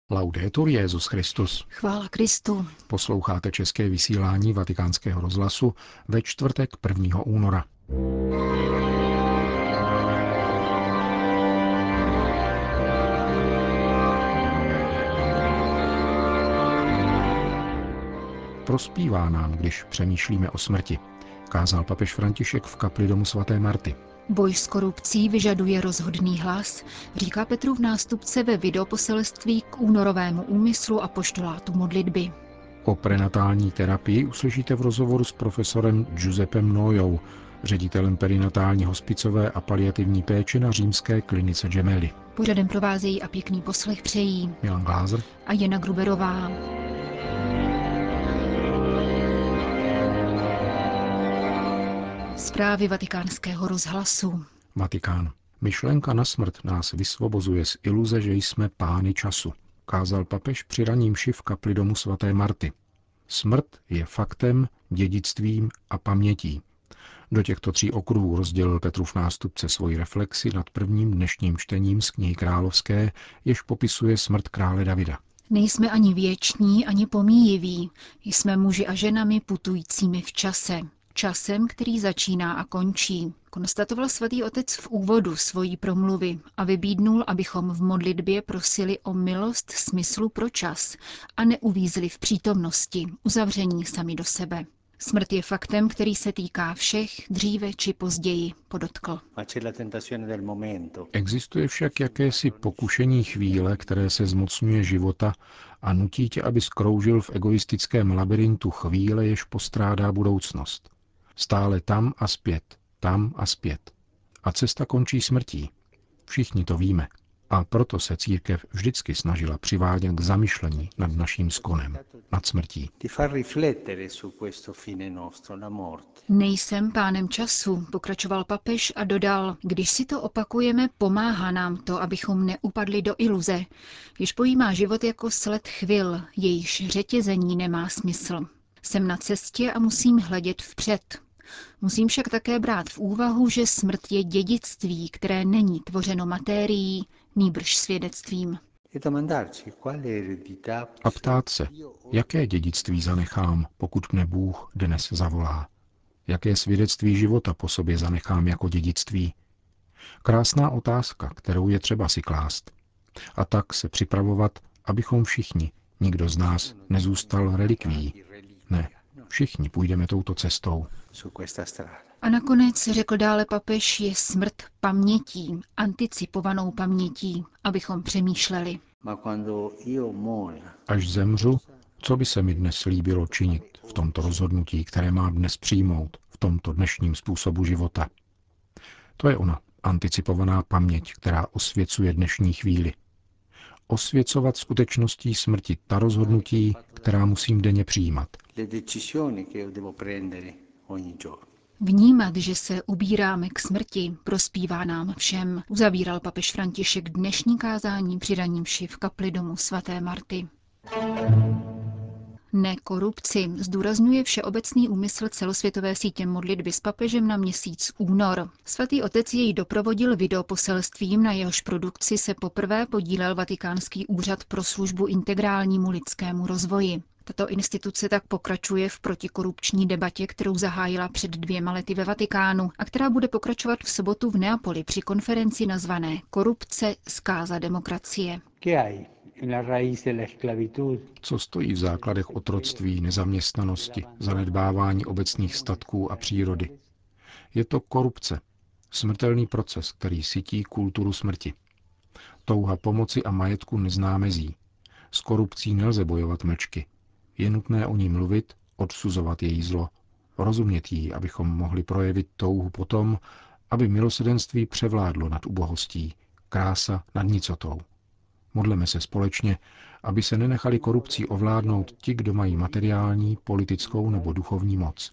Laudetur Jesus Christus. Chvála Kristu. Posloucháte české vysílání Vatikánského rozhlasu ve čtvrtek 1. února. Prospívá nám, když přemýšlíme o smrti, kázal papež František v kapli domu svaté Marty. Boj s korupcí vyžaduje rozhodný hlas, říká Petrův nástupce ve videoposelství k únorovému úmyslu apoštolátu modlitby. O prenatální terapii uslyšíte v rozhovoru s profesorem Giuseppem Noyou, ředitelem perinatální hospicové a paliativní péče na římské klinice Gemelli. Pořadem provázejí a pěkný poslech přejí Milan Glázer a Jana Gruberová. Zprávy Vatikánského rozhlasu. Vatikán. Myšlenka na smrt nás vysvobozuje z iluze, že jsme pány času, kázal papež při raní mši v kapli domu svaté Marty. Smrt je faktem, dědictvím a pamětí. Do těchto tří okruhů rozdělil Petrův nástupce svoji reflexi nad prvním dnešním čtením z knihy královské, jež popisuje smrt krále Davida. Nejsme ani věční, ani pomíjiví. Jsme muži a ženami putujícími v čase. Časem, který začíná a končí, konstatoval svatý otec v úvodu svojí promluvy a vybídnul, abychom v modlitbě prosili o milost smyslu pro čas a neuvízli v přítomnosti, uzavření sami do sebe. Smrt je faktem, který se týká všech, dříve či později, podotkl. Existuje však jakési pokušení chvíle, které se zmocňuje života a nutí tě, aby skroužil v egoistickém labirintu chvíle, jež postrádá budoucnost. Stále tam a zpět, tam a zpět. A cesta končí smrtí. Všichni to víme. A proto se církev vždycky snažila přivádět k zamyšlení nad naším skonem, nad smrtí. Nejsem pánem času, pokračoval papež a dodal, když si to opakujeme, pomáhá nám to, abychom neupadli do iluze, jež pojímá život jako sled chvil, jejíž řetězení nemá smysl. Jsem na cestě a musím hledět vpřed. Musím však také brát v úvahu, že smrt je dědictví, které není tvořeno materií, nýbrž svědectvím. A ptát se, jaké dědictví zanechám, pokud mne Bůh dnes zavolá. Jaké svědectví života po sobě zanechám jako dědictví? Krásná otázka, kterou je třeba si klást. A tak se připravovat, abychom všichni, nikdo z nás, nezůstal relikví. Ne, všichni půjdeme touto cestou. A nakonec, řekl dále papež, je smrt pamětí, anticipovanou pamětí, abychom přemýšleli. Až zemřu, co by se mi dnes líbilo činit v tomto rozhodnutí, které mám dnes přijmout, v tomto dnešním způsobu života? To je ona, anticipovaná paměť, která osvěcuje dnešní chvíli. Osvěcovat skutečností smrti ta rozhodnutí, která musím denně přijímat. Vnímat, že se ubíráme k smrti, prospívá nám všem, uzavíral papež František dnešní kázání při raní mši v kapli domu svaté Marty. Ne korupci, zdůrazňuje všeobecný úmysl celosvětové sítě modlitby s papežem na měsíc únor. Svatý otec jej doprovodil videoposelstvím, na jehož produkci se poprvé podílel Vatikánský úřad pro službu integrálnímu lidskému rozvoji. Tato instituce tak pokračuje v protikorupční debatě, kterou zahájila před 2 lety ve Vatikánu a která bude pokračovat v sobotu v Neapoli při konferenci nazvané Korupce, zkáza demokracie. Co stojí v základech otroctví, nezaměstnanosti, zanedbávání obecných statků a přírody? Je to korupce, smrtelný proces, který sytí kulturu smrti. Touha pomoci a majetku nezná mezí. S korupcí nelze bojovat mlčky. Je nutné o ní mluvit, odsuzovat její zlo, rozumět jí, abychom mohli projevit touhu potom, aby milosrdenství převládlo nad ubohostí, krása nad nicotou. Modleme se společně, aby se nenechali korupcí ovládnout ti, kdo mají materiální, politickou nebo duchovní moc.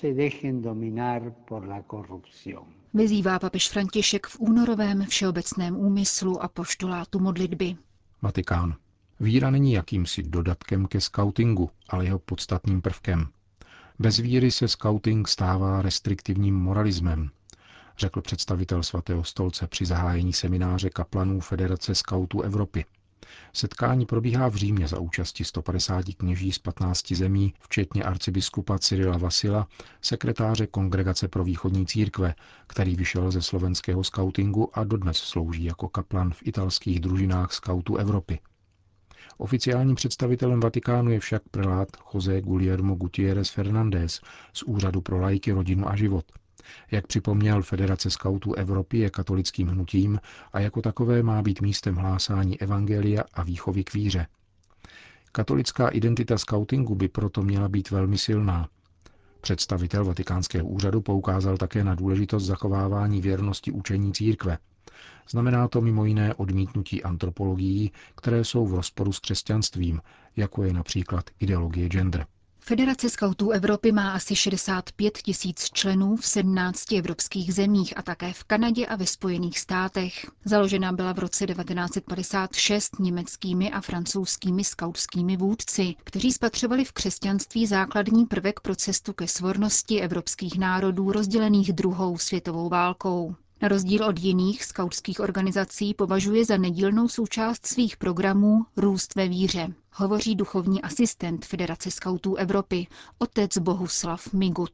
Vyzývá papež František v únorovém všeobecném úmyslu apoštolátu modlitby. Vatikán. Víra není jakýmsi dodatkem ke skautingu, ale jeho podstatným prvkem. Bez víry se skauting stává restriktivním moralismem, řekl představitel Svatého stolce při zahájení semináře kaplanů Federace skautů Evropy. Setkání probíhá v Římě za účasti 150 kněží z 15 zemí, včetně arcibiskupa Cyrila Vasila, sekretáře Kongregace pro východní církve, který vyšel ze slovenského skautingu a dodnes slouží jako kaplan v italských družinách skautů Evropy. Oficiálním představitelem Vatikánu je však prelát José Guillermo Gutiérrez Fernández z Úřadu pro laiky, rodinu a život. Jak připomněl, Federace skautů Evropy je katolickým hnutím a jako takové má být místem hlásání evangelia a výchovy k víře. Katolická identita skautingu by proto měla být velmi silná. Představitel Vatikánského úřadu poukázal také na důležitost zachovávání věrnosti učení církve. Znamená to mimo jiné odmítnutí antropologií, které jsou v rozporu s křesťanstvím, jako je například ideologie gender. Federace skautů Evropy má asi 65 tisíc členů v 17 evropských zemích a také v Kanadě a ve Spojených státech. Založena byla v roce 1956 německými a francouzskými skautskými vůdci, kteří spatřovali v křesťanství základní prvek pro cestu ke svornosti evropských národů rozdělených druhou světovou válkou. Na rozdíl od jiných skautských organizací považuje za nedílnou součást svých programů růst ve víře, hovoří duchovní asistent Federace skautů Evropy, otec Bohuslav Migut.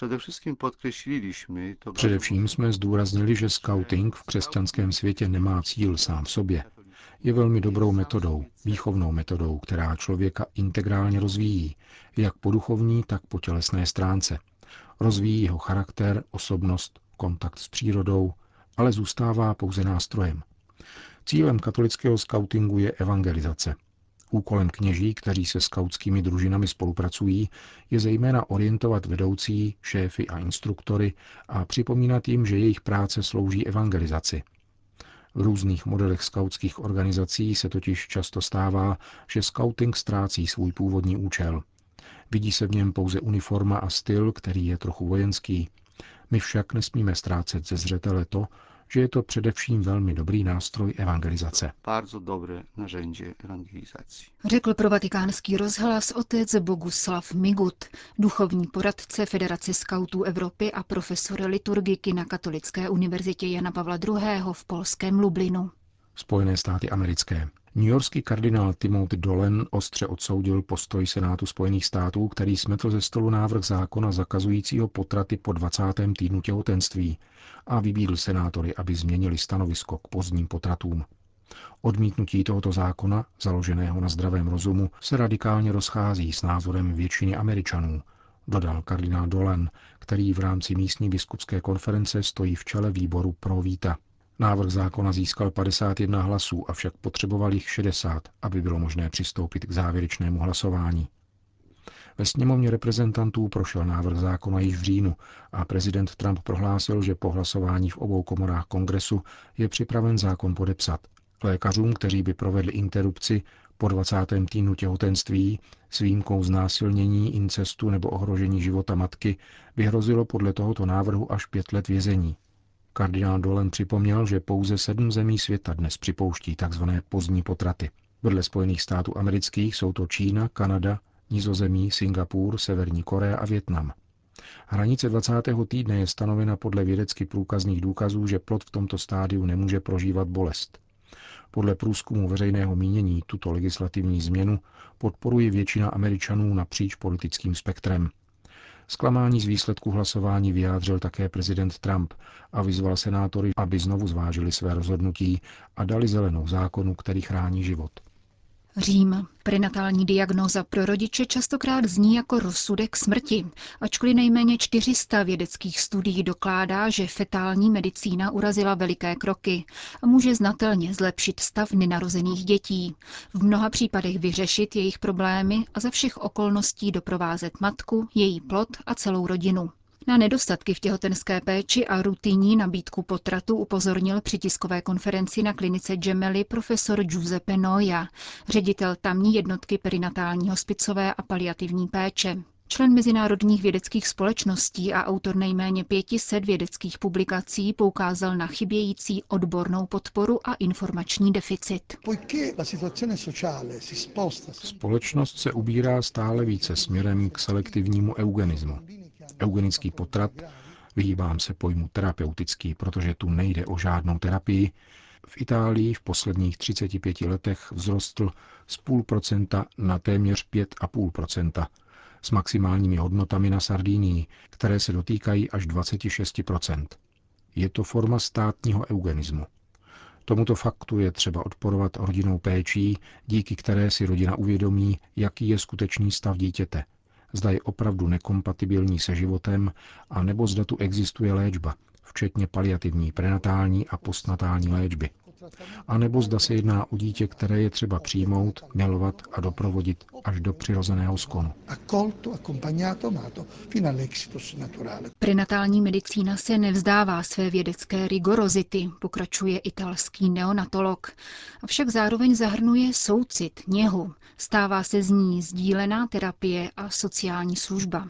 Především jsme zdůraznili, že skauting v křesťanském světě nemá cíl sám v sobě. Je velmi dobrou metodou, výchovnou metodou, která člověka integrálně rozvíjí, jak po duchovní, tak po tělesné stránce. Rozvíjí jeho charakter, osobnost, kontakt s přírodou, ale zůstává pouze nástrojem. Cílem katolického skautingu je evangelizace. Úkolem kněží, kteří se skautskými družinami spolupracují, je zejména orientovat vedoucí, šéfy a instruktory a připomínat jim, že jejich práce slouží evangelizaci. V různých modelech skautských organizací se totiž často stává, že skauting ztrácí svůj původní účel. Vidí se v něm pouze uniforma a styl, který je trochu vojenský. My však nesmíme ztrácet ze zřetele to, že je to především velmi dobrý nástroj evangelizace. Řekl pro Vatikánský rozhlas otec Boguslav Migut, duchovní poradce Federace skautů Evropy a profesor liturgiky na Katolické univerzitě Jana Pavla II. V polském Lublinu. Spojené státy americké. Newyorský kardinál Timothy Dolan ostře odsoudil postoj Senátu Spojených států, který smetl ze stolu návrh zákona zakazujícího potraty po 20. týdnu těhotenství a vybídl senátory, aby změnili stanovisko k pozdním potratům. Odmítnutí tohoto zákona, založeného na zdravém rozumu, se radikálně rozchází s názorem většiny Američanů, dodal kardinál Dolan, který v rámci místní biskupské konference stojí v čele výboru pro víta. Návrh zákona získal 51 hlasů, avšak potřeboval jich 60, aby bylo možné přistoupit k závěrečnému hlasování. Ve sněmovně reprezentantů prošel návrh zákona již v říjnu a prezident Trump prohlásil, že po hlasování v obou komorách kongresu je připraven zákon podepsat. Lékařům, kteří by provedli interrupci po 20. týdnu těhotenství s výjimkou znásilnění, incestu nebo ohrožení života matky, by hrozilo podle tohoto návrhu až 5 let vězení. Kardinál Dolan připomněl, že pouze 7 zemí světa dnes připouští tzv. Pozdní potraty. Vedle Spojených států amerických jsou to Čína, Kanada, Nizozemí, Singapur, Severní Korea a Vietnam. Hranice 20. týdne je stanovena podle vědecky průkazných důkazů, že plod v tomto stádiu nemůže prožívat bolest. Podle průzkumu veřejného mínění tuto legislativní změnu podporuje většina Američanů napříč politickým spektrem. Zklamání z výsledku hlasování vyjádřil také prezident Trump a vyzval senátory, aby znovu zvážili své rozhodnutí a dali zelenou zákonu, který chrání život. Řím. Prenatální diagnóza pro rodiče častokrát zní jako rozsudek smrti, ačkoliv nejméně 400 vědeckých studií dokládá, že fetální medicína urazila veliké kroky a může znatelně zlepšit stav nenarozených dětí, v mnoha případech vyřešit jejich problémy a za všech okolností doprovázet matku, její plod a celou rodinu. Na nedostatky v těhotenské péči a rutinní nabídku potratu upozornil při tiskové konferenci na klinice Gemelli profesor Giuseppe Noia, ředitel tamní jednotky perinatální hospicové a paliativní péče. Člen mezinárodních vědeckých společností a autor nejméně 500 vědeckých publikací poukázal na chybějící odbornou podporu a informační deficit. Společnost se ubírá stále více směrem k selektivnímu eugenismu. Eugenický potrat, vyhýbám se pojmu terapeutický, protože tu nejde o žádnou terapii, V Itálii v posledních 35 letech vzrostl z 0,5% na téměř 5,5%, s maximálními hodnotami na Sardinii, které se dotýkají až 26%. Je to forma státního eugenismu. Tomuto faktu je třeba odporovat rodinnou péčí, díky které si rodina uvědomí, jaký je skutečný stav dítěte, zda je opravdu nekompatibilní se životem, a nebo zda tu existuje léčba, včetně paliativní, prenatální a postnatální léčby. A nebo zda se jedná o dítě, které je třeba přijmout, milovat a doprovodit až do přirozeného skonu. Prenatální medicína se nevzdává své vědecké rigorozity, pokračuje italský neonatolog, avšak zároveň zahrnuje soucit, něhu. Stává se z ní sdílená terapie a sociální služba.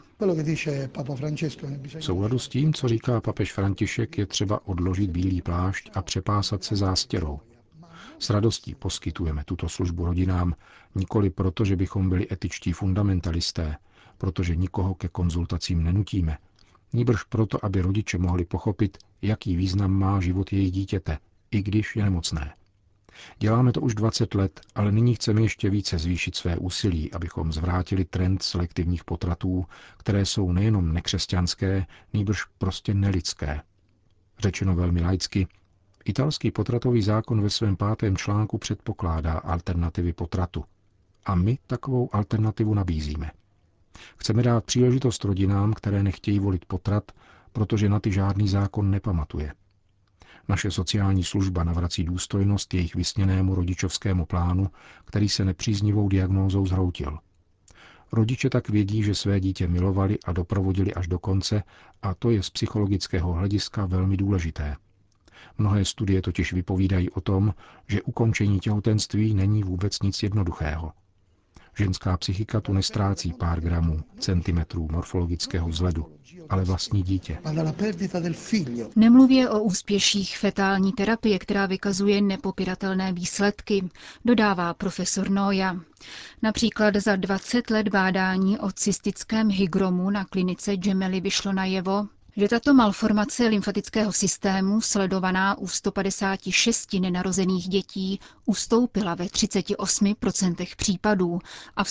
V souladu s tím, co říká papež František, je třeba odložit bílý plášť a přepásat se zástěrou. S radostí poskytujeme tuto službu rodinám, nikoli proto, že bychom byli etičtí fundamentalisté, protože nikoho ke konzultacím nenutíme, nýbrž proto, aby rodiče mohli pochopit, jaký význam má život jejich dítěte, i když je nemocné. Děláme to už 20 let, ale nyní chceme ještě více zvýšit své úsilí, abychom zvrátili trend selektivních potratů, které jsou nejenom nekřesťanské, nýbrž prostě nelidské. Řečeno velmi laicky, italský potratový zákon ve svém 5. článku předpokládá alternativy potratu. A my takovou alternativu nabízíme. Chceme dát příležitost rodinám, které nechtějí volit potrat, protože na ty žádný zákon nepamatuje. Naše sociální služba navrací důstojnost jejich vysněnému rodičovskému plánu, který se nepříznivou diagnózou zhroutil. Rodiče tak vědí, že své dítě milovali a doprovodili až do konce, a to je z psychologického hlediska velmi důležité. Mnohé studie totiž vypovídají o tom, že ukončení těhotenství není vůbec nic jednoduchého. Ženská psychika tu nestrácí pár gramů, centimetrů morfologického vzhledu, ale vlastní dítě. Nemluvě o úspěších fetální terapie, která vykazuje nepopiratelné výsledky, dodává profesor Noja. Například za 20 let bádání o cystickém hygromu na klinice Gemelli vyšlo najevo, že tato malformace lymfatického systému, sledovaná u 156 nenarozených dětí, ustoupila ve 38% případů a v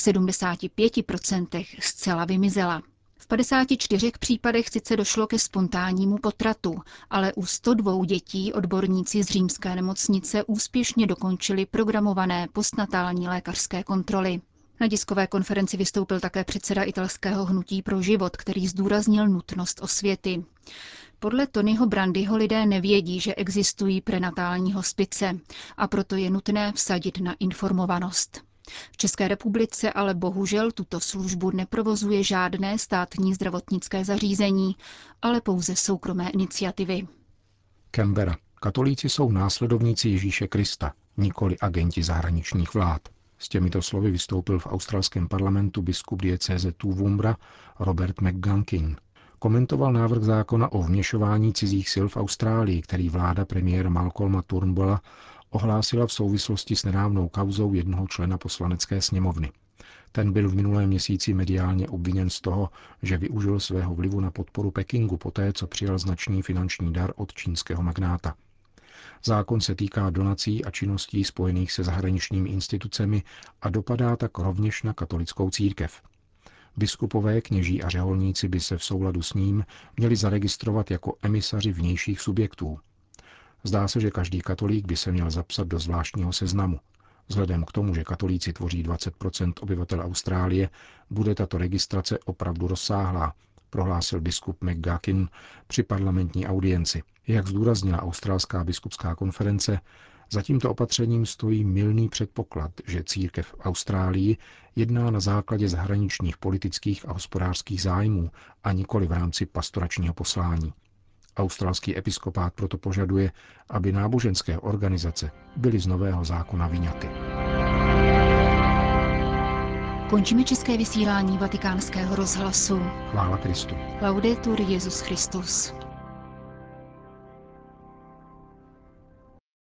75% zcela vymizela. V 54 případech sice došlo ke spontánnímu potratu, ale u 102 dětí odborníci z římské nemocnice úspěšně dokončili programované postnatální lékařské kontroly. Na tiskové konferenci vystoupil také předseda italského hnutí pro život, který zdůraznil nutnost osvěty. Podle Tonyho Brandyho lidé nevědí, že existují prenatální hospice, a proto je nutné vsadit na informovanost. V České republice ale bohužel tuto službu neprovozuje žádné státní zdravotnické zařízení, ale pouze soukromé iniciativy. Canberra. Katolíci jsou následovníci Ježíše Krista, nikoli agenti zahraničních vlád. S těmito slovy vystoupil v australském parlamentu biskup diecéze Toowoomba Robert McGuckin. Komentoval návrh zákona o vměšování cizích sil v Austrálii, který vláda premiéra Malcolma Turnbulla ohlásila v souvislosti s nedávnou kauzou jednoho člena poslanecké sněmovny. Ten byl v minulém měsíci mediálně obviněn z toho, že využil svého vlivu na podporu Pekingu poté, co přijal značný finanční dar od čínského magnáta. Zákon se týká donací a činností spojených se zahraničními institucemi a dopadá tak rovněž na katolickou církev. Biskupové, kněží a řeholníci by se v souladu s ním měli zaregistrovat jako emisaři vnějších subjektů. Zdá se, že každý katolík by se měl zapsat do zvláštního seznamu. Vzhledem k tomu, že katolíci tvoří 20% obyvatel Austrálie, bude tato registrace opravdu rozsáhlá, prohlásil biskup McGuckin při parlamentní audienci. Jak zdůraznila australská biskupská konference, za tímto opatřením stojí mylný předpoklad, že církev v Austrálii jedná na základě zahraničních politických a hospodářských zájmů a nikoli v rámci pastoračního poslání. Australský episkopát proto požaduje, aby náboženské organizace byly z nového zákona vyňaty. Končíme české vysílání Vatikánského rozhlasu. Chvála Kristu. Laudetur Jesus Christus.